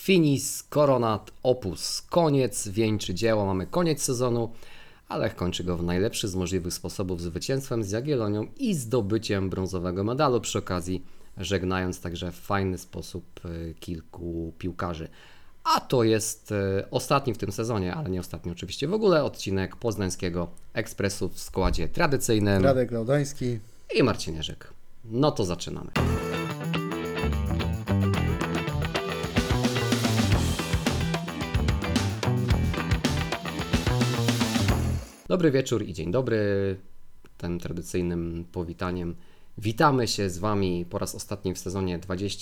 Finis coronat opus. Koniec, wieńczy dzieło, mamy koniec sezonu, ale Lech kończy go w najlepszy z możliwych sposobów zwycięstwem z Jagiellonią i zdobyciem brązowego medalu przy okazji, żegnając także w fajny sposób kilku piłkarzy. A to jest ostatni w tym sezonie, ale nie ostatni oczywiście w ogóle, odcinek Poznańskiego Ekspresu w składzie tradycyjnym. Radek Laudański I Marcin Jerzyk. No to zaczynamy. Dobry wieczór i dzień dobry. Tym tradycyjnym powitaniem witamy się z Wami po raz ostatni w sezonie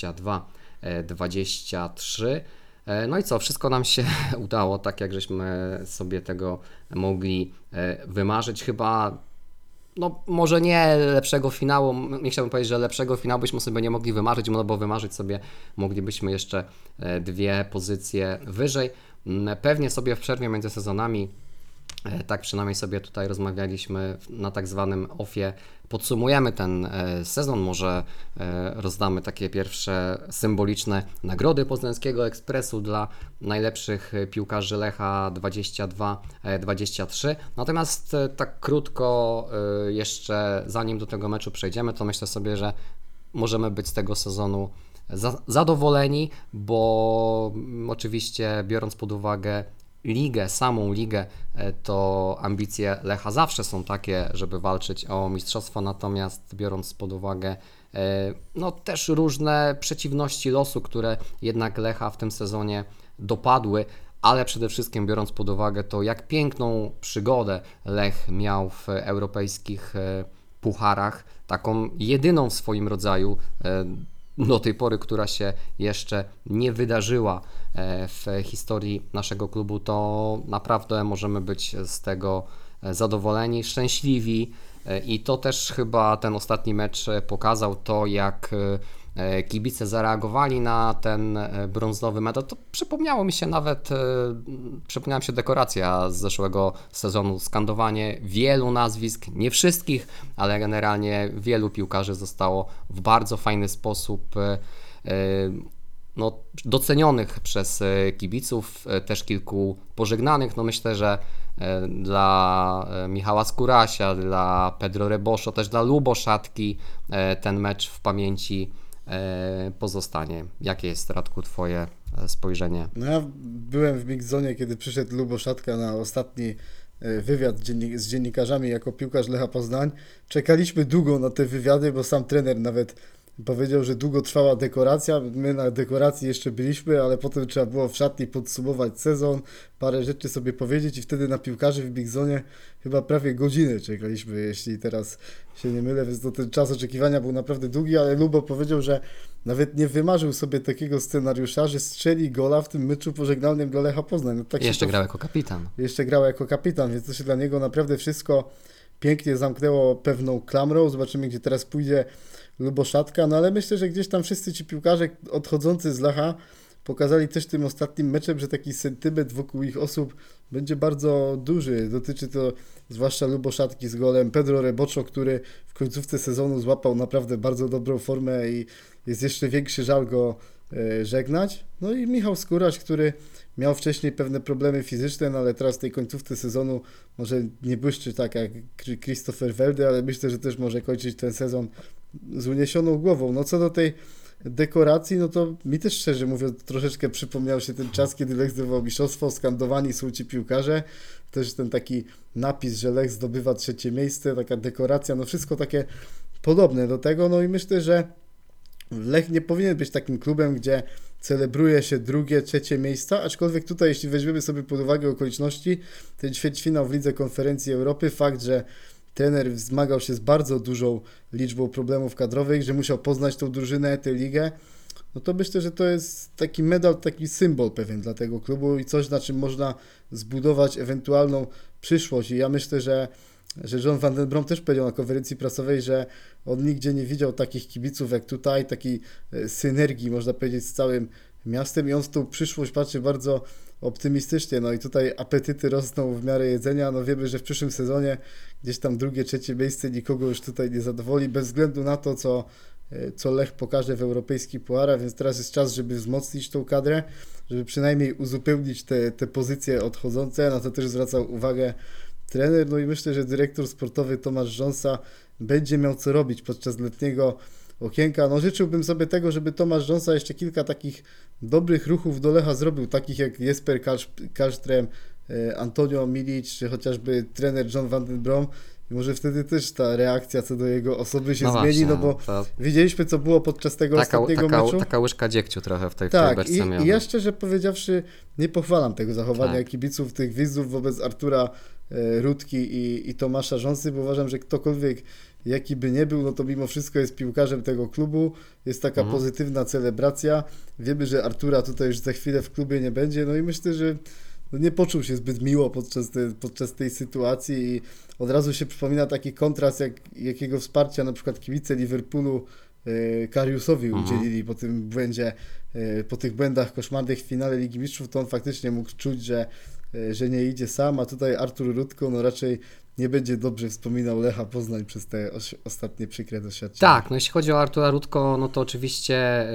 22-23. No i co, wszystko nam się udało, tak jak żeśmy sobie tego mogli wymarzyć. Chyba, no może nie lepszego finału, nie chciałbym powiedzieć, że lepszego finału byśmy sobie nie mogli wymarzyć, no bo wymarzyć sobie moglibyśmy jeszcze dwie pozycje wyżej. Pewnie sobie w przerwie między sezonami, tak przynajmniej sobie tutaj rozmawialiśmy na tak zwanym offie, podsumujemy ten sezon, może rozdamy takie pierwsze symboliczne nagrody Poznańskiego Ekspresu dla najlepszych piłkarzy Lecha 22-23. Natomiast tak krótko jeszcze zanim do tego meczu przejdziemy, to myślę sobie, że możemy być z tego sezonu zadowoleni, bo oczywiście biorąc pod uwagę samą ligę, to ambicje Lecha zawsze są takie, żeby walczyć o mistrzostwo, natomiast biorąc pod uwagę no też różne przeciwności losu, które jednak Lecha w tym sezonie dopadły, ale przede wszystkim biorąc pod uwagę to, jak piękną przygodę Lech miał w europejskich pucharach, taką jedyną w swoim rodzaju do tej pory, która się jeszcze nie wydarzyła w historii naszego klubu, to naprawdę możemy być z tego zadowoleni, szczęśliwi i to też chyba ten ostatni mecz pokazał to, jak kibice zareagowali na ten brązowy medal. To przypomniała mi się dekoracja z zeszłego sezonu, skandowanie wielu nazwisk, nie wszystkich, ale generalnie wielu piłkarzy zostało w bardzo fajny sposób docenionych przez kibiców, też kilku pożegnanych. No myślę, że dla Michała Skórasia, dla Pedro Reboszo, też dla Luboszatki ten mecz w pamięci pozostanie. Jakie jest, Radku, Twoje spojrzenie? No ja byłem w Mixzonie, kiedy przyszedł Luboszatka na ostatni wywiad z dziennikarzami jako piłkarz Lecha Poznań. Czekaliśmy długo na te wywiady, bo sam trener nawet powiedział, że długo trwała dekoracja. My na dekoracji jeszcze byliśmy, ale potem trzeba było w szatni podsumować sezon, parę rzeczy sobie powiedzieć i wtedy na piłkarzy w Mixzonie chyba prawie godzinę czekaliśmy, jeśli teraz się nie mylę, więc to ten czas oczekiwania był naprawdę długi, ale Lubo powiedział, że nawet nie wymarzył sobie takiego scenariusza, że strzeli gola w tym meczu pożegnalnym dla Lecha Poznań. No, tak jeszcze grał jako kapitan. Jeszcze grał jako kapitan, więc to się dla niego naprawdę wszystko pięknie zamknęło pewną klamrą. Zobaczymy, gdzie teraz pójdzie Luboszatka, no ale myślę, że gdzieś tam wszyscy ci piłkarze odchodzący z Lecha pokazali też tym ostatnim meczem, że taki sentyment wokół ich osób będzie bardzo duży. Dotyczy to zwłaszcza Luboszatki z golem, Pedro Reboszo, który w końcówce sezonu złapał naprawdę bardzo dobrą formę i jest jeszcze większy żal go żegnać. No i Michał Skóraś, który miał wcześniej pewne problemy fizyczne, no ale teraz w tej końcówce sezonu może nie błyszczy tak jak Christopher Welde, ale myślę, że też może kończyć ten sezon z uniesioną głową. No co do tej dekoracji, no to mi też szczerze mówiąc troszeczkę przypomniał się ten czas, kiedy Lech zdobywał mistrzostwo, skandowani są ci piłkarze, też ten taki napis, że Lech zdobywa 3. miejsce, taka dekoracja, no wszystko takie podobne do tego, no i myślę, że Lech nie powinien być takim klubem, gdzie celebruje się 2., 3. miejsca, aczkolwiek tutaj, jeśli weźmiemy sobie pod uwagę okoliczności, ten ćwierćfinał w Lidze Konferencji Europy, fakt, że trener zmagał się z bardzo dużą liczbą problemów kadrowych, że musiał poznać tą drużynę, tę ligę, no to myślę, że to jest taki medal, taki symbol pewien dla tego klubu i coś, na czym można zbudować ewentualną przyszłość. I ja myślę, że John van den Brom też powiedział na konferencji prasowej, że on nigdzie nie widział takich kibiców jak tutaj, takiej synergii, można powiedzieć, z całym miastem i on w tą przyszłość patrzy bardzo optymistycznie, no i tutaj apetyty rosną w miarę jedzenia, no wiemy, że w przyszłym sezonie gdzieś tam 2., 3. miejsce nikogo już tutaj nie zadowoli, bez względu na to, co co Lech pokaże w europejskich pucharach, więc teraz jest czas, żeby wzmocnić tą kadrę, żeby przynajmniej uzupełnić te pozycje odchodzące, na to też zwracał uwagę trener, no i myślę, że dyrektor sportowy Tomasz Rząsa będzie miał co robić podczas letniego okienka. No życzyłbym sobie tego, żeby Tomasz Rząsa jeszcze kilka takich dobrych ruchów do Lecha zrobił, takich jak Jesper Karlström, Antonio Milic, czy chociażby trener John van den Brom. I może wtedy też ta reakcja co do jego osoby się zmieni, właśnie, no bo widzieliśmy, co było podczas tego ostatniego meczu. Taka łyżka dziegciu trochę w tej Tak, beczce miodu. i ja szczerze powiedziawszy nie pochwalam tego zachowania Tak. kibiców, tych widzów wobec Artura Rutki i Tomasza Rząsy, bo uważam, że ktokolwiek jaki by nie był, no to mimo wszystko jest piłkarzem tego klubu, jest taka pozytywna celebracja. Wiemy, że Artura tutaj już za chwilę w klubie nie będzie, no i myślę, że nie poczuł się zbyt miło podczas tej sytuacji i od razu się przypomina taki kontrast, jakiego wsparcia na przykład kibice Liverpoolu Kariusowi udzielili po tym błędzie, po tych błędach koszmarnych w finale Ligi Mistrzów, to on faktycznie mógł czuć, że nie idzie sam, a tutaj Artur Rutko no raczej nie będzie dobrze wspominał Lecha Poznań przez te ostatnie przykre doświadczenia. Tak, no jeśli chodzi o Artura Rutko, no to oczywiście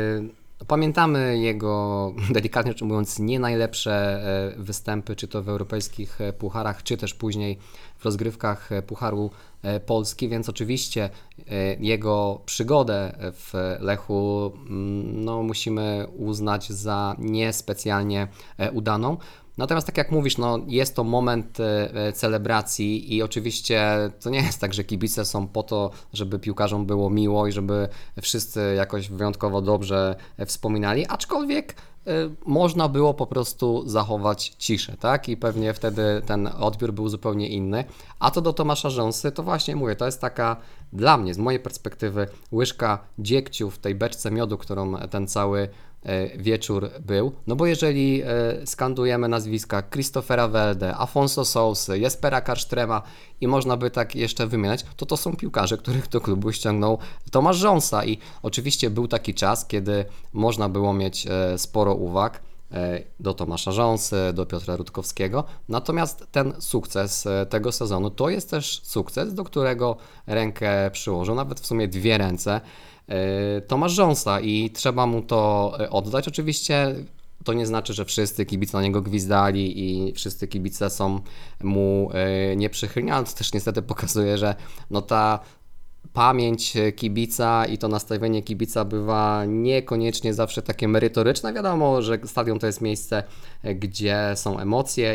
pamiętamy jego, delikatnie rzecz mówiąc, nie najlepsze występy, czy to w europejskich pucharach, czy też później w rozgrywkach Pucharu Polski, więc oczywiście jego przygodę w Lechu no, musimy uznać za niespecjalnie udaną. Natomiast tak jak mówisz, no, jest to moment celebracji i oczywiście to nie jest tak, że kibice są po to, żeby piłkarzom było miło i żeby wszyscy jakoś wyjątkowo dobrze wspominali, aczkolwiek można było po prostu zachować ciszę, tak? I pewnie wtedy ten odbiór był zupełnie inny. A co do Tomasza Rząsy, to właśnie mówię, to jest taka dla mnie, z mojej perspektywy, łyżka dziegciu w tej beczce miodu, którą ten cały wieczór był, no bo jeżeli skandujemy nazwiska Christophera Welde, Afonso Sousy, Jespera Karlströma i można by tak jeszcze wymieniać, to są piłkarze, których do klubu ściągnął Tomasz Rząsa i oczywiście był taki czas, kiedy można było mieć sporo uwag do Tomasza Rząsy, do Piotra Rutkowskiego, natomiast ten sukces tego sezonu to jest też sukces, do którego rękę przyłożył, nawet w sumie dwie ręce, Tomasz Rząsa i trzeba mu to oddać. Oczywiście to nie znaczy, że wszyscy kibice na niego gwizdali i wszyscy kibice są mu nieprzychylni, ale to też niestety pokazuje, że no ta pamięć kibica i to nastawienie kibica bywa niekoniecznie zawsze takie merytoryczne. Wiadomo, że stadion to jest miejsce, gdzie są emocje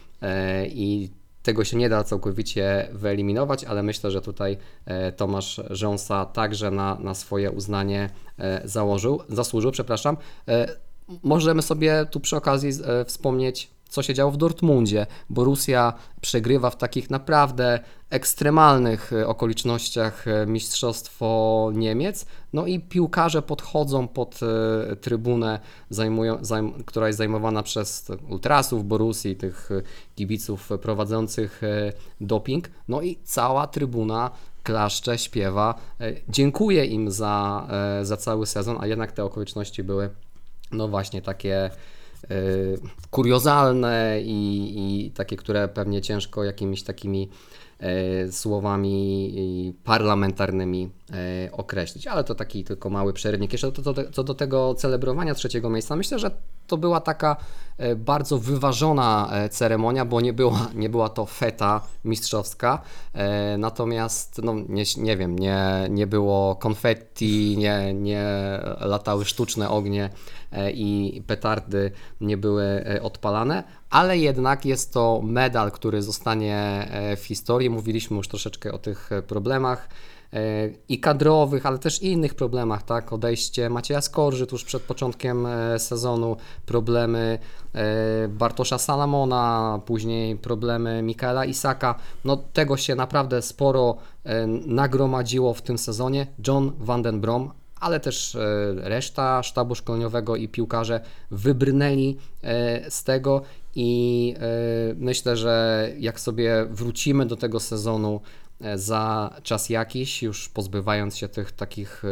i tego się nie da całkowicie wyeliminować, ale myślę, że tutaj Tomasz Rząsa także na swoje uznanie zasłużył. Możemy sobie tu przy okazji wspomnieć, co się działo w Dortmundzie. Borussia przegrywa w takich naprawdę ekstremalnych okolicznościach mistrzostwo Niemiec, no i piłkarze podchodzą pod trybunę, która jest zajmowana przez ultrasów Borussii, tych kibiców prowadzących doping, no i cała trybuna klaszcze, śpiewa, dziękuję im za cały sezon, a jednak te okoliczności były no właśnie takie kuriozalne i takie, które pewnie ciężko jakimiś takimi słowami parlamentarnymi określić, ale to taki tylko mały przerywnik. Jeszcze co do tego celebrowania trzeciego miejsca, myślę, że to była taka bardzo wyważona ceremonia, bo nie była to feta mistrzowska, natomiast no, nie wiem, nie było konfetti, nie latały sztuczne ognie i petardy nie były odpalane, ale jednak jest to medal, który zostanie w historii. Mówiliśmy już troszeczkę o tych problemach i kadrowych, ale też i innych problemach, tak? Odejście Macieja Skorży tuż przed początkiem sezonu, problemy Bartosza Salamona, później problemy Mikaela Isaka. No tego się naprawdę sporo nagromadziło w tym sezonie. John van den Brom, ale też reszta sztabu szkoleniowego i piłkarze wybrnęli z tego i myślę, że jak sobie wrócimy do tego sezonu za czas jakiś, już pozbywając się tych takich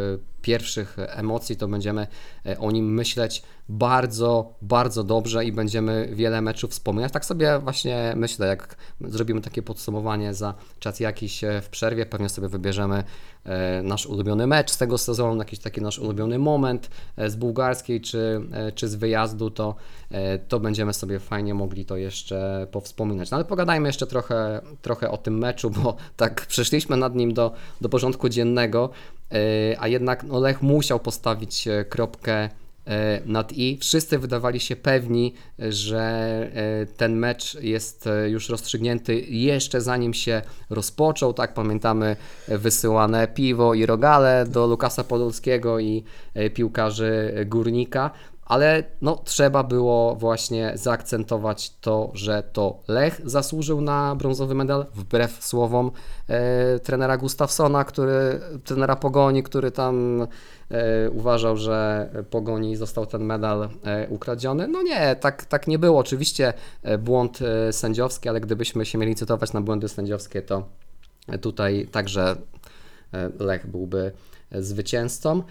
pierwszych emocji, to będziemy o nim myśleć bardzo, bardzo dobrze i będziemy wiele meczów wspominać. Tak sobie właśnie myślę, jak zrobimy takie podsumowanie za czas jakiś w przerwie, pewnie sobie wybierzemy nasz ulubiony mecz z tego sezonu, jakiś taki nasz ulubiony moment z bułgarskiej czy z wyjazdu, to będziemy sobie fajnie mogli to jeszcze powspominać. No ale pogadajmy jeszcze trochę o tym meczu, bo tak przeszliśmy nad nim do porządku dziennego, a jednak no, Lech musiał postawić kropkę nad i. Wszyscy wydawali się pewni, że ten mecz jest już rozstrzygnięty jeszcze zanim się rozpoczął. Tak, pamiętamy wysyłane piwo i rogale do Lukasa Podolskiego i piłkarzy Górnika. Ale no, trzeba było właśnie zaakcentować to, że to Lech zasłużył na brązowy medal, wbrew słowom trenera Gustafsona, trenera Pogoni, który tam uważał, że Pogoni został ten medal ukradziony. No nie, tak nie było. Oczywiście błąd sędziowski, ale gdybyśmy się mieli cytować na błędy sędziowskie, to tutaj także Lech byłby zwycięzcą.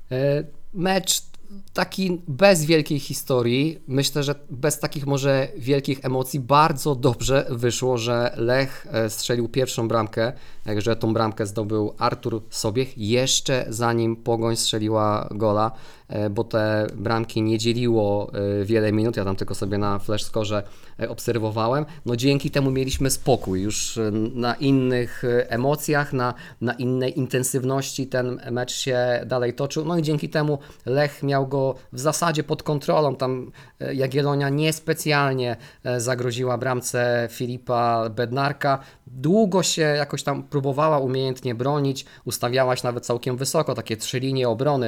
Mecz taki bez wielkiej historii, myślę, że bez takich może wielkich emocji, bardzo dobrze wyszło, że Lech strzelił pierwszą bramkę, że tą bramkę zdobył Artur Sobiech jeszcze zanim Pogoń strzeliła gola, bo te bramki nie dzieliło wiele minut, ja tam tylko sobie na flashscorze obserwowałem, no dzięki temu mieliśmy spokój, już na innych emocjach, na innej intensywności ten mecz się dalej toczył, no i dzięki temu Lech miał go w zasadzie pod kontrolą, tam Jagiellonia niespecjalnie zagroziła bramce Filipa Bednarka, długo się jakoś tam próbowała umiejętnie bronić, ustawiała się nawet całkiem wysoko, takie 3 linie obrony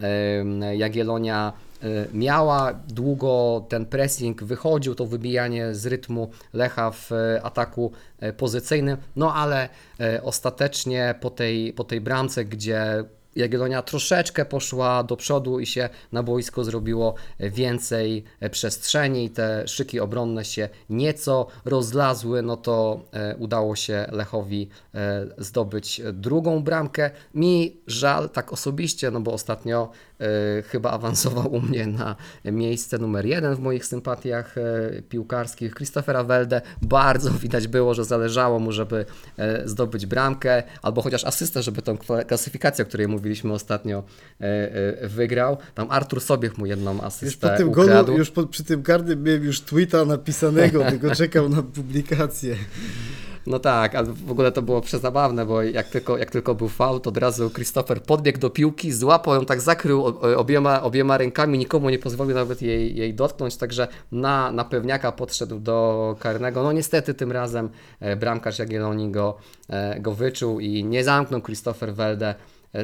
Jagiellonia miała, długo ten pressing wychodził, to wybijanie z rytmu Lecha w ataku pozycyjnym, no ale ostatecznie po tej bramce, gdzie Jagiellonia troszeczkę poszła do przodu i się na boisku zrobiło więcej przestrzeni, te szyki obronne się nieco rozlazły, no to udało się Lechowi zdobyć drugą bramkę. Mi żal tak osobiście, no bo ostatnio chyba awansował u mnie na miejsce numer 1 w moich sympatiach piłkarskich Christophera Welde. Bardzo widać było, że zależało mu, żeby zdobyć bramkę, albo chociaż asystę, żeby tą klasyfikację, o której mówiliśmy ostatnio, wygrał. Tam Artur Sobiech mu jedną asystę już po tym ukradł. golu, przy tym karnym miałem już tweeta napisanego, tylko czekał na publikację. No tak, ale w ogóle to było przezabawne, bo jak tylko był faul, to od razu Christopher podbiegł do piłki, złapał ją, tak zakrył obiema rękami, nikomu nie pozwolił nawet jej dotknąć, także na pewniaka podszedł do karnego. No niestety tym razem bramkarz Jagiellonii go wyczuł i nie zamknął Christopher Welde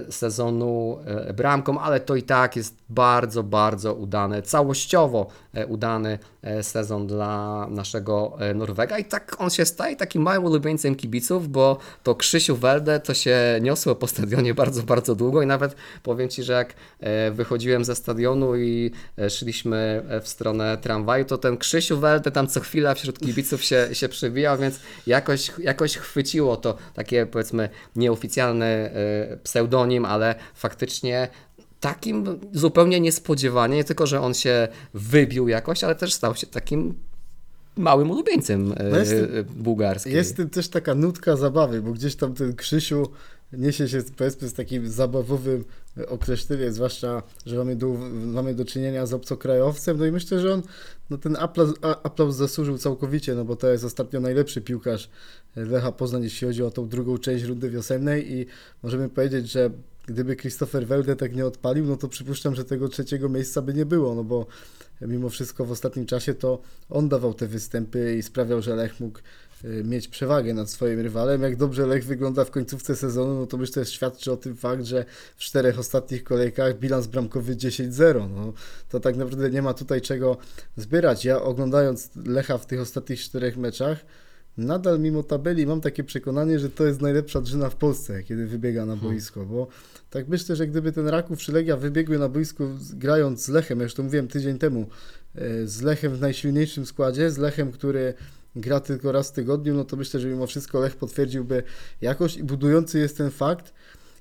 sezonu bramką, ale to i tak jest bardzo, bardzo udany, całościowo udany sezon dla naszego Norwega i tak on się staje takim małym ulubieńcem kibiców, bo to Krzysiu Welde to się niosło po stadionie bardzo, bardzo długo i nawet powiem Ci, że jak wychodziłem ze stadionu i szliśmy w stronę tramwaju, to ten Krzysiu Welde tam co chwila wśród kibiców się przybijał, więc jakoś chwyciło to takie, powiedzmy, nieoficjalny pseudonim, ale faktycznie takim zupełnie niespodziewanie, nie tylko, że on się wybił jakoś, ale też stał się takim małym ulubieńcem bułgarskim. Jest w tym też taka nutka zabawy, bo gdzieś tam ten Krzysiu niesie się, powiedzmy, z takim zabawowym określeniem, zwłaszcza, że mamy do czynienia z obcokrajowcem, no i myślę, że on ten aplauz zasłużył całkowicie, no bo to jest ostatnio najlepszy piłkarz Lecha Poznań, jeśli chodzi o tą drugą część rundy wiosennej i możemy powiedzieć, że gdyby Christopher Welde tak nie odpalił, no to przypuszczam, że tego 3. miejsca by nie było, no bo mimo wszystko w ostatnim czasie to on dawał te występy i sprawiał, że Lech mógł mieć przewagę nad swoim rywalem. Jak dobrze Lech wygląda w końcówce sezonu, no to myślę, że świadczy o tym fakt, że w 4 ostatnich kolejkach bilans bramkowy 10-0. No, to tak naprawdę nie ma tutaj czego zbierać. Ja oglądając Lecha w tych ostatnich 4 meczach, nadal mimo tabeli mam takie przekonanie, że to jest najlepsza drużyna w Polsce, kiedy wybiega na boisko, bo tak myślę, że gdyby ten Raków czy Legia wybiegły na boisko grając z Lechem, ja już to mówiłem tydzień temu, z Lechem w najsilniejszym składzie, z Lechem, który gra tylko raz w tygodniu, no to myślę, że mimo wszystko Lech potwierdziłby jakość i budujący jest ten fakt,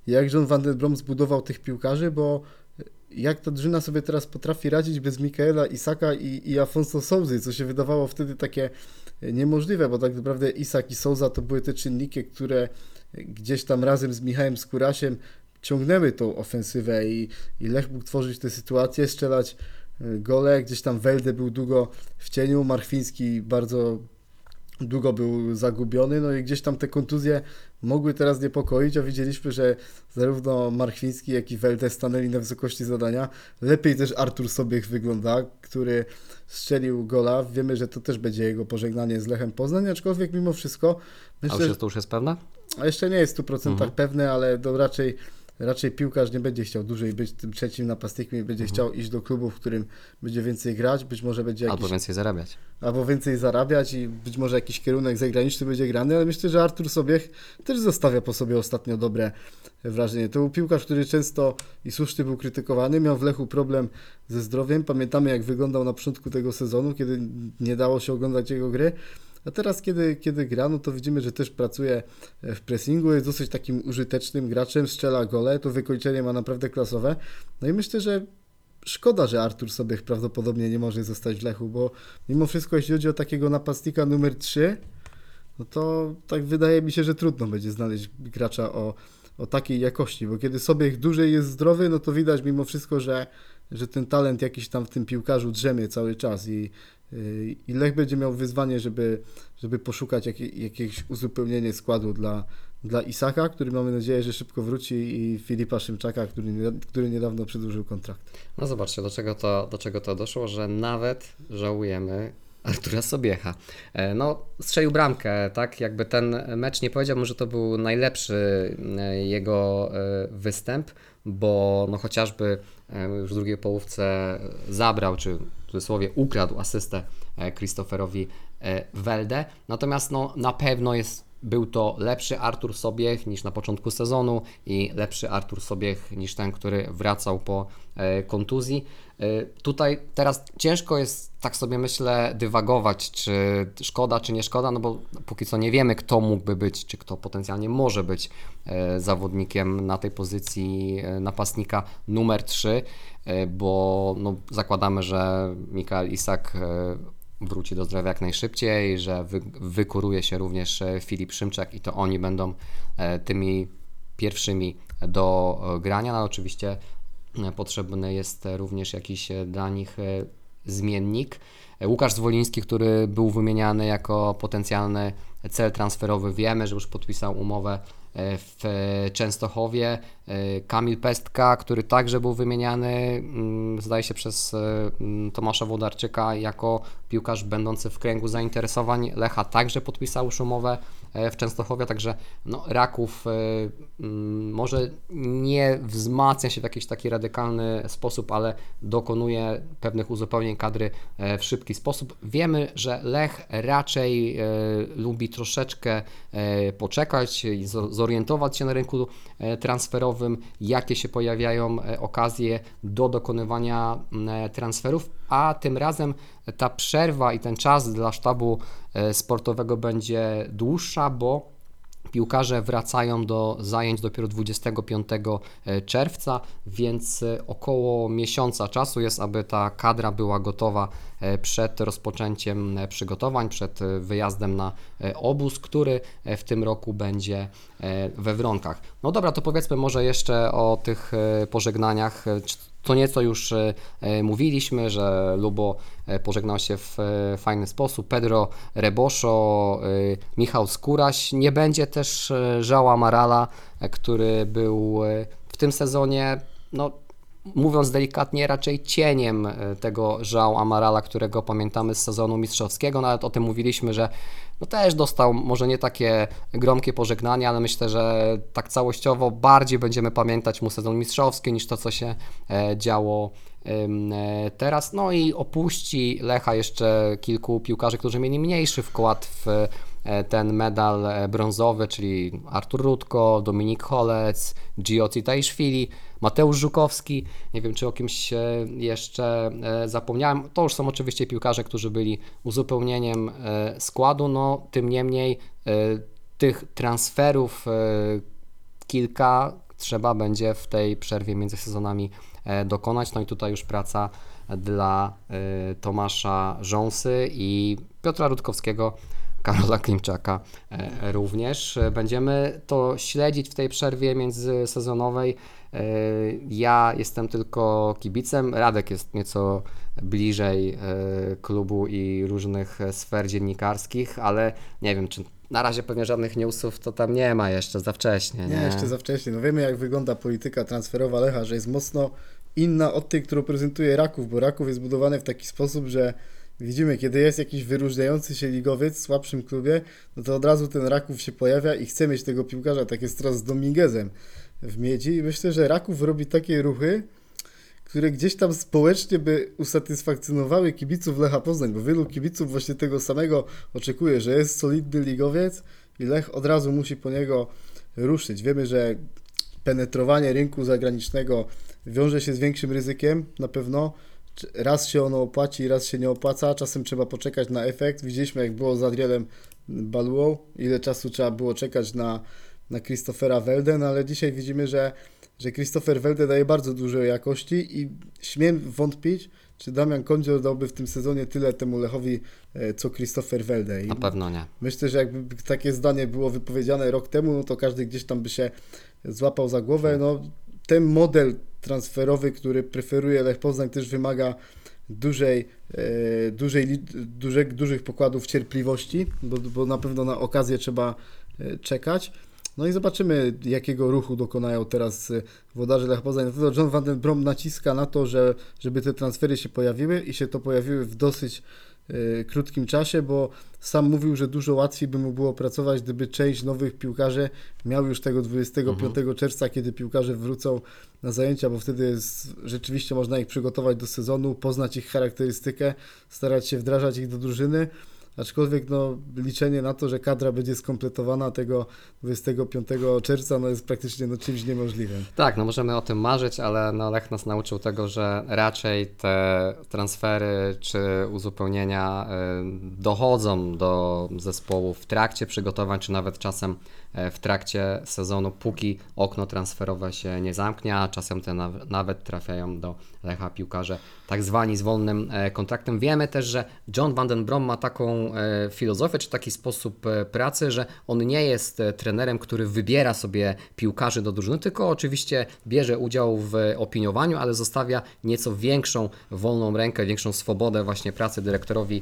jak John Van den Brom zbudował tych piłkarzy, bo jak ta drużyna sobie teraz potrafi radzić bez Mikaela Isaka i Afonso Sousy, co się wydawało wtedy takie niemożliwe, bo tak naprawdę Isak i Sousa to były te czynniki, które gdzieś tam razem z Michałem Skórasiem ciągnęły tą ofensywę i Lech mógł tworzyć te sytuacje, strzelać gole, gdzieś tam Welde był długo w cieniu, Marchwiński bardzo długo był zagubiony, no i gdzieś tam te kontuzje mogły teraz niepokoić, a widzieliśmy, że zarówno Marchwiński, jak i Welde stanęli na wysokości zadania. Lepiej też Artur Sobiech wygląda, który strzelił gola. Wiemy, że to też będzie jego pożegnanie z Lechem Poznań, aczkolwiek mimo wszystko myślę, To już jest pewne? a jeszcze nie jest w 100% pewne, ale to raczej piłkarz nie będzie chciał dłużej być tym trzecim napastnikiem i będzie chciał iść do klubu, w którym będzie więcej grać, być może będzie Albo więcej zarabiać. Albo więcej zarabiać i być może jakiś kierunek zagraniczny będzie grany, ale myślę, że Artur Sobiech też zostawia po sobie ostatnio dobre wrażenie. To był piłkarz, który często i słusznie był krytykowany, miał w Lechu problem ze zdrowiem. Pamiętamy, jak wyglądał na początku tego sezonu, kiedy nie dało się oglądać jego gry. A teraz, kiedy gra, no to widzimy, że też pracuje w pressingu, jest dosyć takim użytecznym graczem, strzela gole, to wykończenie ma naprawdę klasowe. No i myślę, że szkoda, że Artur Sobiech prawdopodobnie nie może zostać w Lechu, bo mimo wszystko, jeśli chodzi o takiego napastnika numer 3, no to tak wydaje mi się, że trudno będzie znaleźć gracza o takiej jakości, bo kiedy Sobiech dłużej jest zdrowy, no to widać mimo wszystko, że ten talent jakiś tam w tym piłkarzu drzemie cały czas i Lech będzie miał wyzwanie, żeby poszukać jakiegoś uzupełnienia składu dla Isaka, który mamy nadzieję, że szybko wróci, i Filipa Szymczaka, który niedawno przedłużył kontrakt. No zobaczcie, do czego to doszło, że nawet żałujemy Artura Sobiecha. No, strzelił bramkę, tak? Jakby ten mecz, nie powiedziałbym, że to był najlepszy jego występ, bo no chociażby już w drugiej połówce zabrał, czy w cudzysłowie ukradł asystę Christopherowi Welde. Natomiast no, na pewno był to lepszy Artur Sobiech niż na początku sezonu i lepszy Artur Sobiech niż ten, który wracał po kontuzji. Tutaj teraz ciężko jest, tak sobie myślę, dywagować, czy szkoda, czy nie szkoda, no bo póki co nie wiemy, kto mógłby być, czy kto potencjalnie może być zawodnikiem na tej pozycji napastnika numer 3, bo no, zakładamy, że Mikael Isak wróci do zdrowia jak najszybciej, że wykuruje się również Filip Szymczak i to oni będą tymi pierwszymi do grania. No, oczywiście potrzebny jest również jakiś dla nich zmiennik. Łukasz Zwoliński, który był wymieniany jako potencjalny cel transferowy, wiemy, że już podpisał umowę w Częstochowie. Kamil Pestka, który także był wymieniany, zdaje się, przez Tomasza Włodarczyka jako piłkarz będący w kręgu zainteresowań Lecha, także podpisał już umowę w Częstochowie, także no, Raków może nie wzmacnia się w jakiś taki radykalny sposób, ale dokonuje pewnych uzupełnień kadry w szybki sposób. Wiemy, że Lech raczej lubi troszeczkę poczekać i zorientować się na rynku transferowym, jakie się pojawiają okazje do dokonywania transferów, a tym razem ta przerwa i ten czas dla sztabu sportowego będzie dłuższa, bo piłkarze wracają do zajęć dopiero 25 czerwca, więc około miesiąca czasu jest, aby ta kadra była gotowa przed rozpoczęciem przygotowań, przed wyjazdem na obóz, który w tym roku będzie we Wronkach. No dobra, to powiedzmy może jeszcze o tych pożegnaniach. Co nieco już mówiliśmy, że Lubo pożegnał się w fajny sposób, Pedro Reboszo, Michał Skóraś, nie będzie też João Amarala, który był w tym sezonie, no mówiąc delikatnie, raczej cieniem tego João Amarala, którego pamiętamy z sezonu mistrzowskiego. Nawet o tym mówiliśmy, że no też dostał może nie takie gromkie pożegnanie, ale myślę, że tak całościowo bardziej będziemy pamiętać mu sezon mistrzowski niż to, co się działo teraz. No i opuści Lecha jeszcze kilku piłkarzy, którzy mieli mniejszy wkład w ten medal brązowy, czyli Artur Rutko, Dominik Holec, Gio Citaiszwili, Mateusz Żukowski, nie wiem, czy o kimś jeszcze zapomniałem. To już są oczywiście piłkarze, którzy byli uzupełnieniem składu, no tym niemniej tych transferów kilka trzeba będzie w tej przerwie między sezonami dokonać. No i tutaj już praca dla Tomasza Rząsy i Piotra Rutkowskiego, Karola Klimczaka również. Będziemy to śledzić w tej przerwie międzysezonowej. Ja jestem tylko kibicem, Radek jest nieco bliżej klubu i różnych sfer dziennikarskich, ale nie wiem, czy na razie pewnie żadnych newsów to tam nie ma jeszcze, za wcześnie. Nie, jeszcze za wcześnie. No wiemy, jak wygląda polityka transferowa Lecha, że jest mocno inna od tej, którą prezentuje Raków, bo Raków jest budowany w taki sposób, że widzimy, kiedy jest jakiś wyróżniający się ligowiec w słabszym klubie, no to od razu ten Raków się pojawia i chce mieć tego piłkarza, tak jest teraz z Dominguezem w Miedzi i myślę, że Raków robi takie ruchy, które gdzieś tam społecznie by usatysfakcjonowały kibiców Lecha Poznań, bo wielu kibiców właśnie tego samego oczekuje, że jest solidny ligowiec i Lech od razu musi po niego ruszyć. Wiemy, że penetrowanie rynku zagranicznego wiąże się z większym ryzykiem na pewno. Raz się ono opłaci, raz się nie opłaca, czasem trzeba poczekać na efekt. Widzieliśmy, jak było z Adrielem Baluą, ile czasu trzeba było czekać na Christophera Welde, no ale dzisiaj widzimy, że Christopher Welde daje bardzo dużo jakości i śmiem wątpić, czy Damian Kondzior dałby w tym sezonie tyle temu Lechowi, co Christopher Welde. I na pewno nie. myślę, że jakby takie zdanie było wypowiedziane rok temu, no to każdy gdzieś tam by się złapał za głowę. No, ten model transferowy, który preferuje Lech Poznań, też wymaga dużych pokładów cierpliwości, bo na pewno na okazję trzeba czekać. No i zobaczymy, jakiego ruchu dokonają teraz włodarze Lech Poznań. Na pewno John van den Brom naciska na to, żeby te transfery się pojawiły i się to pojawiły w dosyć krótkim czasie, bo sam mówił, że dużo łatwiej by mu było pracować, gdyby część nowych piłkarzy miał już tego 25 czerwca, kiedy piłkarze wrócą na zajęcia, bo wtedy rzeczywiście można ich przygotować do sezonu, poznać ich charakterystykę, starać się wdrażać ich do drużyny. Aczkolwiek no, liczenie na to, że kadra będzie skompletowana tego 25 czerwca no, jest praktycznie czymś niemożliwym. Tak, no możemy o tym marzyć, ale no Lech nas nauczył tego, że raczej te transfery czy uzupełnienia dochodzą do zespołu w trakcie przygotowań, czy nawet czasem w trakcie sezonu, póki okno transferowe się nie zamknie, a czasem te nawet trafiają do Lecha piłkarze tak zwani z wolnym kontraktem. Wiemy też, że John van den Brom ma taką filozofię, czy taki sposób pracy, że on nie jest trenerem, który wybiera sobie piłkarzy do drużyny, tylko oczywiście bierze udział w opiniowaniu, ale zostawia nieco większą wolną rękę, większą swobodę właśnie pracy dyrektorowi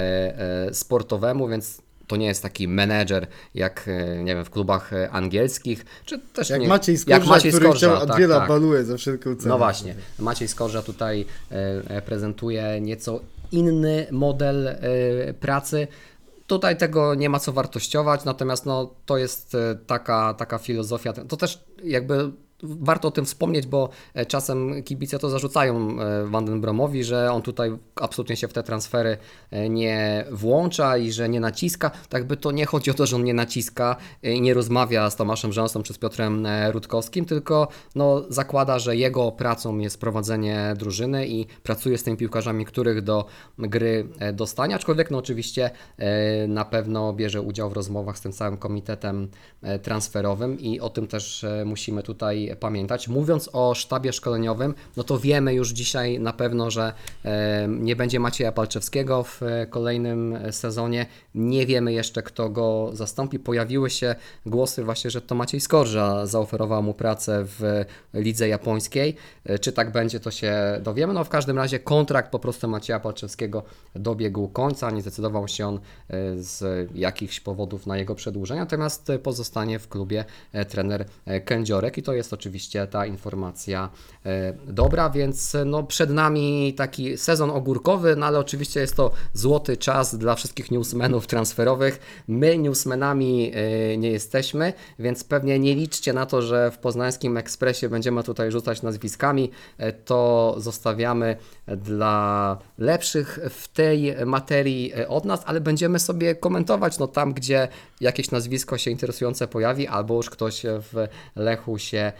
sportowemu, więc to nie jest taki menedżer jak, nie wiem, w klubach angielskich, czy też jak nie, Maciej Skorża, który chciał Adriela Baluę za wszelką cenę. No właśnie, Maciej Skorża tutaj prezentuje nieco inny model pracy. Tutaj tego nie ma co wartościować, natomiast no, to jest taka filozofia. To też jakby warto o tym wspomnieć, bo czasem kibice to zarzucają Van den Bromowi, że on tutaj absolutnie się w te transfery nie włącza i że nie naciska. Tak by to nie chodzi o to, że on nie naciska i nie rozmawia z Tomaszem Rząsą czy z Piotrem Rutkowskim, tylko no, zakłada, że jego pracą jest prowadzenie drużyny i pracuje z tymi piłkarzami, których do gry dostanie, aczkolwiek no, oczywiście na pewno bierze udział w rozmowach z tym całym komitetem transferowym i o tym też musimy tutaj pamiętać. Mówiąc o sztabie szkoleniowym, no to wiemy już dzisiaj na pewno, że nie będzie Macieja Palczewskiego w kolejnym sezonie. Nie wiemy jeszcze, kto go zastąpi. Pojawiły się głosy właśnie, że to Maciej Skorża zaoferował mu pracę w lidze japońskiej. Czy tak będzie, to się dowiemy. No w każdym razie kontrakt po prostu Macieja Palczewskiego dobiegł końca. Nie zdecydował się on z jakichś powodów na jego przedłużenie, natomiast pozostanie w klubie trener Kędziorek i to jest oczywiście ta informacja dobra, więc no przed nami taki sezon ogórkowy, no ale oczywiście jest to złoty czas dla wszystkich newsmenów transferowych. My newsmenami nie jesteśmy, więc pewnie nie liczcie na to, że w Poznańskim Ekspresie będziemy tutaj rzucać nazwiskami. To zostawiamy dla lepszych w tej materii od nas, ale będziemy sobie komentować no tam, gdzie jakieś nazwisko się interesujące pojawi, albo już ktoś w Lechu się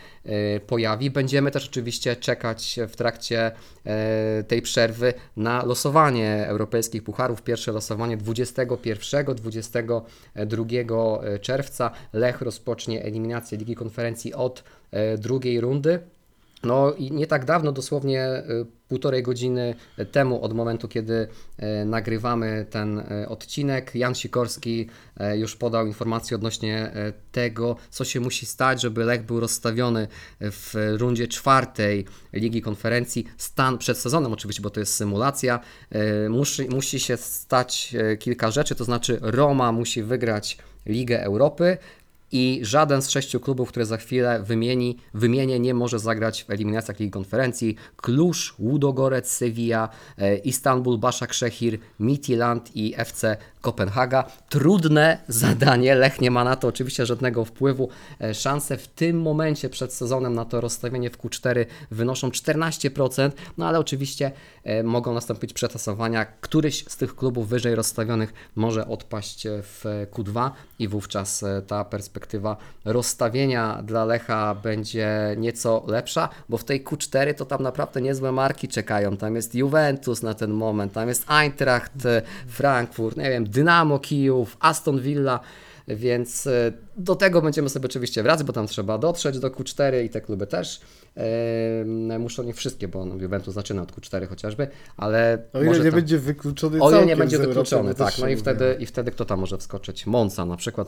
pojawi. Będziemy też oczywiście czekać w trakcie tej przerwy na losowanie europejskich pucharów. Pierwsze losowanie 21-22 czerwca. Lech rozpocznie eliminację Ligi Konferencji od drugiej rundy. No i nie tak dawno, dosłownie półtorej godziny temu, od momentu, kiedy nagrywamy ten odcinek, Jan Sikorski już podał informację odnośnie tego, co się musi stać, żeby Lech był rozstawiony w rundzie czwartej Ligi Konferencji. Stan przed sezonem oczywiście, bo to jest symulacja. Musi się stać kilka rzeczy, to znaczy Roma musi wygrać Ligę Europy, i żaden z 6 klubów, które za chwilę wymienię, nie może zagrać w eliminacjach Ligi Konferencji. Kluż, Ludogorec, Sevilla, Istanbul, Başakşehir, Midtjylland i FC Kopenhaga. Trudne zadanie, Lech nie ma na to oczywiście żadnego wpływu. Szanse w tym momencie przed sezonem na to rozstawienie w Q4 wynoszą 14%, no ale oczywiście mogą nastąpić przetasowania. Któryś z tych klubów wyżej rozstawionych może odpaść w Q2 i wówczas ta perspektywa rozstawienia dla Lecha będzie nieco lepsza, bo w tej Q4 to tam naprawdę niezłe marki czekają. Tam jest Juventus na ten moment, tam jest Eintracht Frankfurt, nie wiem, Dynamo Kijów, Aston Villa, więc do tego będziemy sobie oczywiście wracać, bo tam trzeba dotrzeć do Q4 i te kluby też. Muszą nie wszystkie, bo Juventus zaczyna od Q4 chociażby, ale o ile nie będzie wykluczony o ile całkiem nie będzie z Europy, wykluczony, bo też tak. No się i wtedy kto tam może wskoczyć? Monza na przykład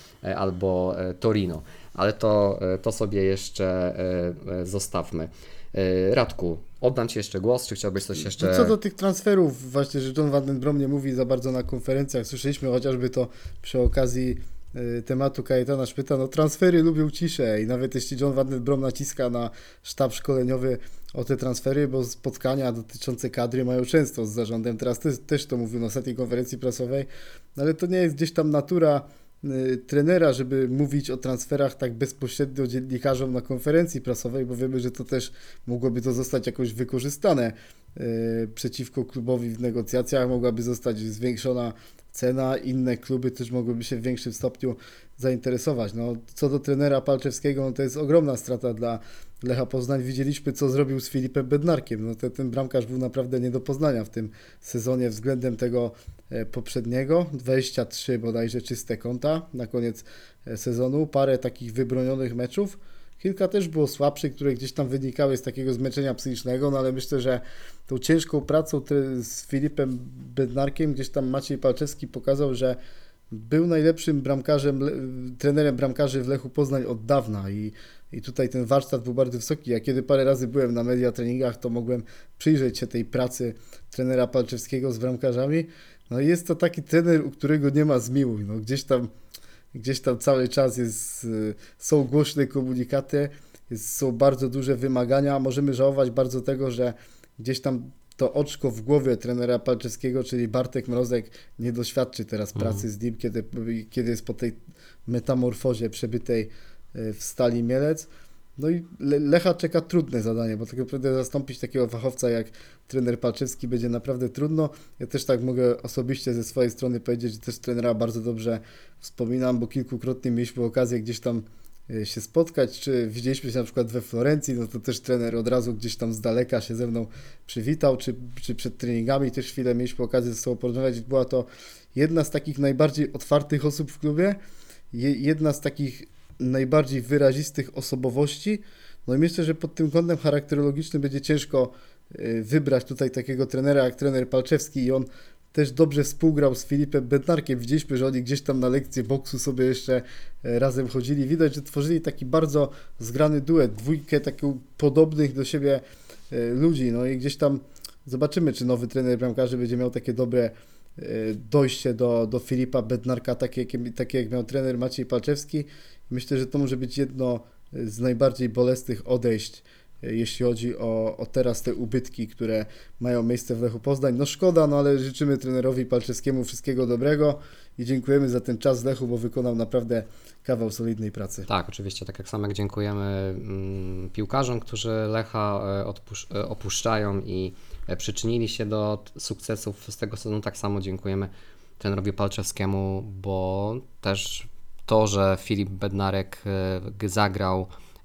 albo Torino, ale to sobie jeszcze zostawmy. Radku, oddam Ci jeszcze głos, czy chciałbyś coś jeszcze... No co do tych transferów, właśnie, że John Van den Brom nie mówi za bardzo na konferencjach, słyszeliśmy chociażby to przy okazji tematu Kajetana Szpyta, no transfery lubią ciszę i nawet jeśli John Van den Brom naciska na sztab szkoleniowy o te transfery, bo spotkania dotyczące kadry mają często z zarządem, teraz też to mówił na ostatniej konferencji prasowej, no ale to nie jest gdzieś tam natura trenera, żeby mówić o transferach tak bezpośrednio dziennikarzom na konferencji prasowej, bo wiemy, że to też mogłoby to zostać jakoś wykorzystane przeciwko klubowi w negocjacjach, mogłaby zostać zwiększona cena, inne kluby też mogłyby się w większym stopniu zainteresować. No, co do trenera Palczewskiego, no to jest ogromna strata dla Lecha Poznań. Widzieliśmy, co zrobił z Filipem Bednarkiem. No, ten bramkarz był naprawdę nie do poznania w tym sezonie względem tego poprzedniego. 23 bodajże czyste konta na koniec sezonu, parę takich wybronionych meczów. Kilka też było słabszych, które gdzieś tam wynikały z takiego zmęczenia psychicznego, no ale myślę, że tą ciężką pracą z Filipem Bednarkiem gdzieś tam Maciej Palczewski pokazał, że był najlepszym trenerem bramkarzy w Lechu Poznań od dawna i tutaj ten warsztat był bardzo wysoki. Ja kiedy parę razy byłem na media treningach, to mogłem przyjrzeć się tej pracy trenera Palczewskiego z bramkarzami. No i jest to taki trener, u którego nie ma zmiłuj. No gdzieś tam cały czas są głośne komunikaty, są bardzo duże wymagania. Możemy żałować bardzo tego, że gdzieś tam to oczko w głowie trenera Palczewskiego, czyli Bartek Mrozek, nie doświadczy teraz pracy z nim, kiedy jest po tej metamorfozie przebytej w Stali Mielec. No i Lecha czeka trudne zadanie, bo tak naprawdę zastąpić takiego fachowca jak trener Palczewski będzie naprawdę trudno. Ja też tak mogę osobiście ze swojej strony powiedzieć, że też trenera bardzo dobrze wspominam, bo kilkukrotnie mieliśmy okazję gdzieś tam się spotkać, czy widzieliśmy się na przykład we Florencji, no to też trener od razu gdzieś tam z daleka się ze mną przywitał, czy przed treningami też chwilę mieliśmy okazję ze sobą porozmawiać. Była to jedna z takich najbardziej otwartych osób w klubie, jedna z takich najbardziej wyrazistych osobowości. No i myślę, że pod tym kątem charakterologicznym będzie ciężko wybrać tutaj takiego trenera jak trener Palczewski i on też dobrze współgrał z Filipem Bednarkiem. Widzieliśmy, że oni gdzieś tam na lekcje boksu sobie jeszcze razem chodzili. Widać, że tworzyli taki bardzo zgrany duet, dwójkę taką podobnych do siebie ludzi. No i gdzieś tam zobaczymy, czy nowy trener bramkarzy będzie miał takie dobre dojście do Filipa Bednarka, takie jak miał trener Maciej Palczewski. Myślę, że to może być jedno z najbardziej bolesnych odejść, jeśli chodzi o teraz te ubytki, które mają miejsce w Lechu Poznań. No szkoda, no ale życzymy trenerowi Palczewskiemu wszystkiego dobrego i dziękujemy za ten czas w Lechu, bo wykonał naprawdę kawał solidnej pracy. Tak, oczywiście, tak jak samo jak dziękujemy piłkarzom, którzy Lecha opuszczają i przyczynili się do sukcesów z tego sezonu, tak samo dziękujemy trenerowi Palczewskiemu, bo też to, że Filip Bednarek zagrał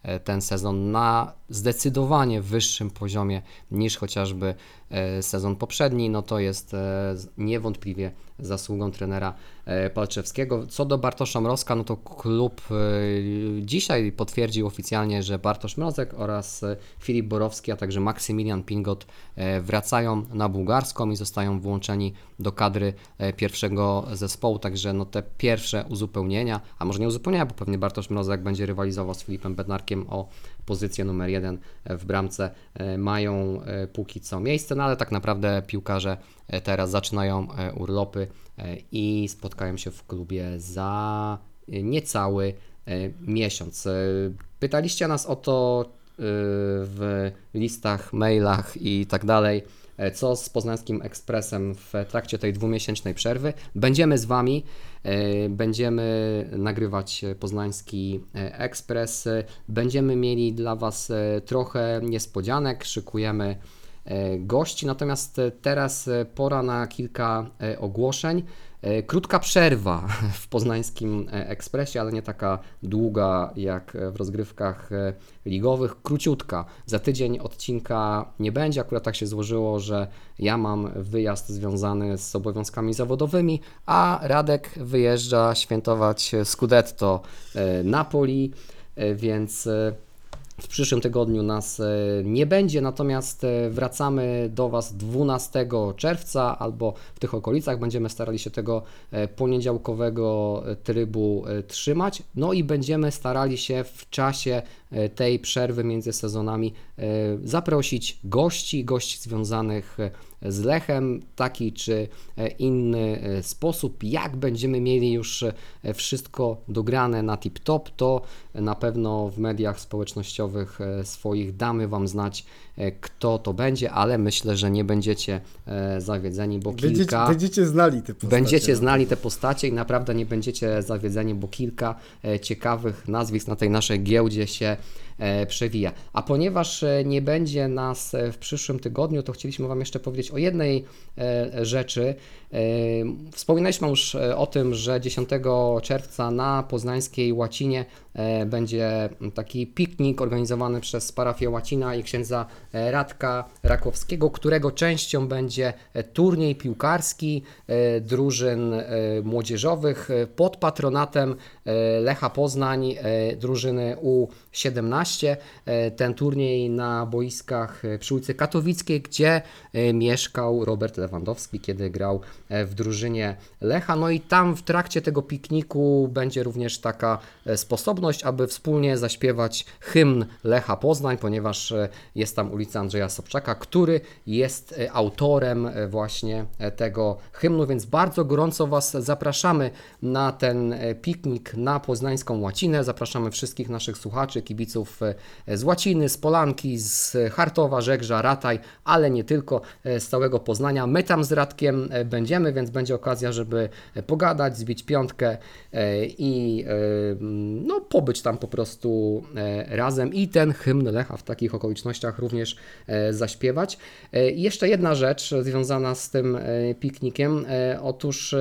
ten sezon na zdecydowanie wyższym poziomie niż chociażby sezon poprzedni, no to jest niewątpliwie zasługą trenera Palczewskiego. Co do Bartosza Mrozka, no to klub dzisiaj potwierdził oficjalnie, że Bartosz Mrozek oraz Filip Borowski, a także Maksymilian Pingot wracają na bułgarską i zostają włączeni do kadry pierwszego zespołu, także no te pierwsze uzupełnienia, a może nie uzupełnienia, bo pewnie Bartosz Mrozek będzie rywalizował z Filipem Bednarkiem o pozycję numer 1 w bramce, mają póki co miejsce, no ale tak naprawdę piłkarze teraz zaczynają urlopy i spotkają się w klubie za niecały miesiąc. Pytaliście nas o to w listach, mailach i tak dalej, co z Poznańskim Ekspresem w trakcie tej 2-miesięcznej przerwy. Będziemy z Wami, będziemy nagrywać Poznański Ekspres, będziemy mieli dla Was trochę niespodzianek, szykujemy gości, natomiast teraz pora na kilka ogłoszeń. Krótka przerwa w Poznańskim Ekspresie, ale nie taka długa jak w rozgrywkach ligowych, króciutka. Za tydzień odcinka nie będzie, akurat tak się złożyło, że ja mam wyjazd związany z obowiązkami zawodowymi, a Radek wyjeżdża świętować Scudetto Napoli, więc w przyszłym tygodniu nas nie będzie, natomiast wracamy do Was 12 czerwca albo w tych okolicach. Będziemy starali się tego poniedziałkowego trybu trzymać. No i będziemy starali się w czasie tej przerwy między sezonami zaprosić gości związanych z Lechem, taki czy inny sposób. Jak będziemy mieli już wszystko dograne na tip-top, to na pewno w mediach społecznościowych swoich damy Wam znać, kto to będzie, ale myślę, że nie będziecie zawiedzeni, bo Będziecie znali te postacie. Będziecie znali te postacie i naprawdę nie będziecie zawiedzeni, bo kilka ciekawych nazwisk na tej naszej giełdzie się przewija. A ponieważ nie będzie nas w przyszłym tygodniu, to chcieliśmy Wam jeszcze powiedzieć o jednej rzeczy. Wspominaliśmy już o tym, że 10 czerwca na poznańskiej Łacinie będzie taki piknik organizowany przez parafię Łacina i księdza Radka Rakowskiego, którego częścią będzie turniej piłkarski drużyn młodzieżowych pod patronatem Lecha Poznań, drużyny U17. Ten turniej na boiskach przy ulicy Katowickiej, gdzie mieszkał Robert Lewandowski, kiedy grał w drużynie Lecha. No i tam w trakcie tego pikniku będzie również taka sposobność, aby wspólnie zaśpiewać hymn Lecha Poznań, ponieważ jest tam ulica Andrzeja Sobczaka, który jest autorem właśnie tego hymnu, więc bardzo gorąco Was zapraszamy na ten piknik na poznańską Łacinę. Zapraszamy wszystkich naszych słuchaczy, kibiców z Łaciny, z Polanki, z Chartowa, Żegrza, Rataj, ale nie tylko, z całego Poznania. My tam z Radkiem będziemy, więc będzie okazja, żeby pogadać, zbić piątkę i no, pobyć tam po prostu razem i ten hymn Lecha w takich okolicznościach również zaśpiewać. I jeszcze jedna rzecz związana z tym piknikiem. Otóż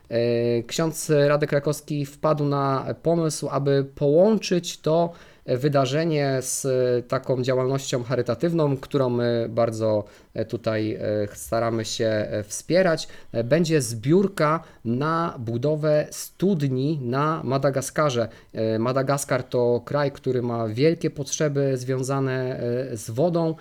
ksiądz Radek Rakowski wpadł na pomysł, aby połączyć to wydarzenie z taką działalnością charytatywną, którą my bardzo tutaj staramy się wspierać. Będzie zbiórka na budowę studni na Madagaskarze. Madagaskar to kraj, który ma wielkie potrzeby związane z wodą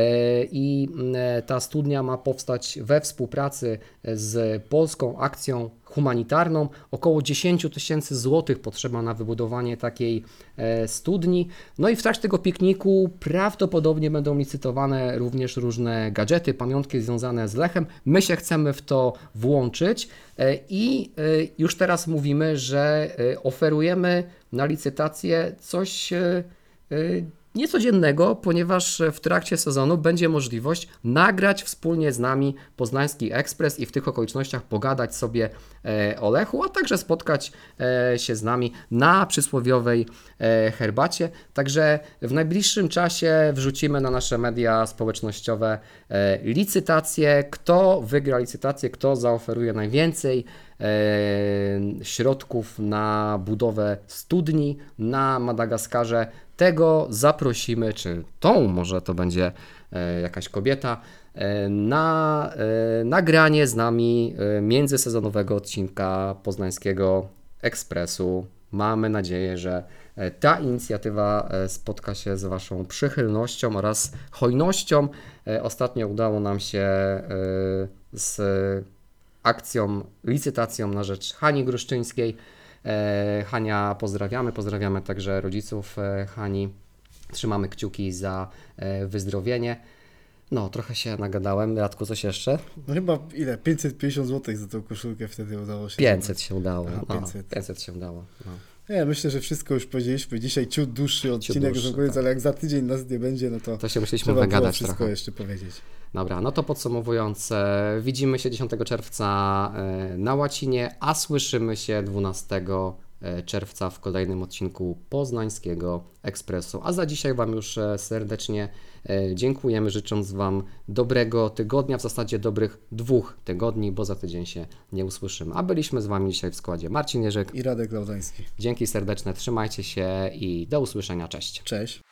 i ta studnia ma powstać we współpracy z Polską Akcją Humanitarną. Około 10 000 złotych potrzeba na wybudowanie takiej studni. No i w trakcie tego pikniku prawdopodobnie będą licytowane również różne gadżety, pamiątki związane z Lechem. My się chcemy w to włączyć i już teraz mówimy, że oferujemy na licytację coś niecodziennego, ponieważ w trakcie sezonu będzie możliwość nagrać wspólnie z nami Poznański Ekspres i w tych okolicznościach pogadać sobie o Lechu, a także spotkać się z nami na przysłowiowej herbacie. Także w najbliższym czasie wrzucimy na nasze media społecznościowe licytację. Kto wygra licytację, kto zaoferuje najwięcej środków na budowę studni na Madagaskarze, tego zaprosimy, czy tą może to będzie jakaś kobieta, na nagranie z nami międzysezonowego odcinka Poznańskiego Ekspresu. Mamy nadzieję, że ta inicjatywa spotka się z Waszą przychylnością oraz hojnością. Ostatnio udało nam się z akcją, licytacją na rzecz Hani Gruszczyńskiej. Hania, pozdrawiamy także rodziców Hani. Trzymamy kciuki za wyzdrowienie. No, trochę się nagadałem. Radku, coś jeszcze? No chyba ile? 550 zł za tą koszulkę wtedy udało się. 500 się udało. Aha, No, 500. 500 się udało. No. Nie, myślę, że wszystko już powiedzieliśmy. Dzisiaj ciut dłuższy odcinek, dłuższy, że koniec, tak. ale jak za tydzień nas nie będzie, no to To się musieliśmy trzeba było wygadać wszystko trochę. jeszcze powiedzieć. Dobra, no to podsumowując, widzimy się 10 czerwca na Łacinie, a słyszymy się 12 czerwca w kolejnym odcinku Poznańskiego Ekspresu. A za dzisiaj Wam już serdecznie dziękujemy, życząc Wam dobrego tygodnia, w zasadzie dobrych 2 tygodni, bo za tydzień się nie usłyszymy. A byliśmy z Wami dzisiaj w składzie Marcin Jerzyk. I Radek Laudański. Dzięki serdeczne, trzymajcie się i do usłyszenia, cześć. Cześć.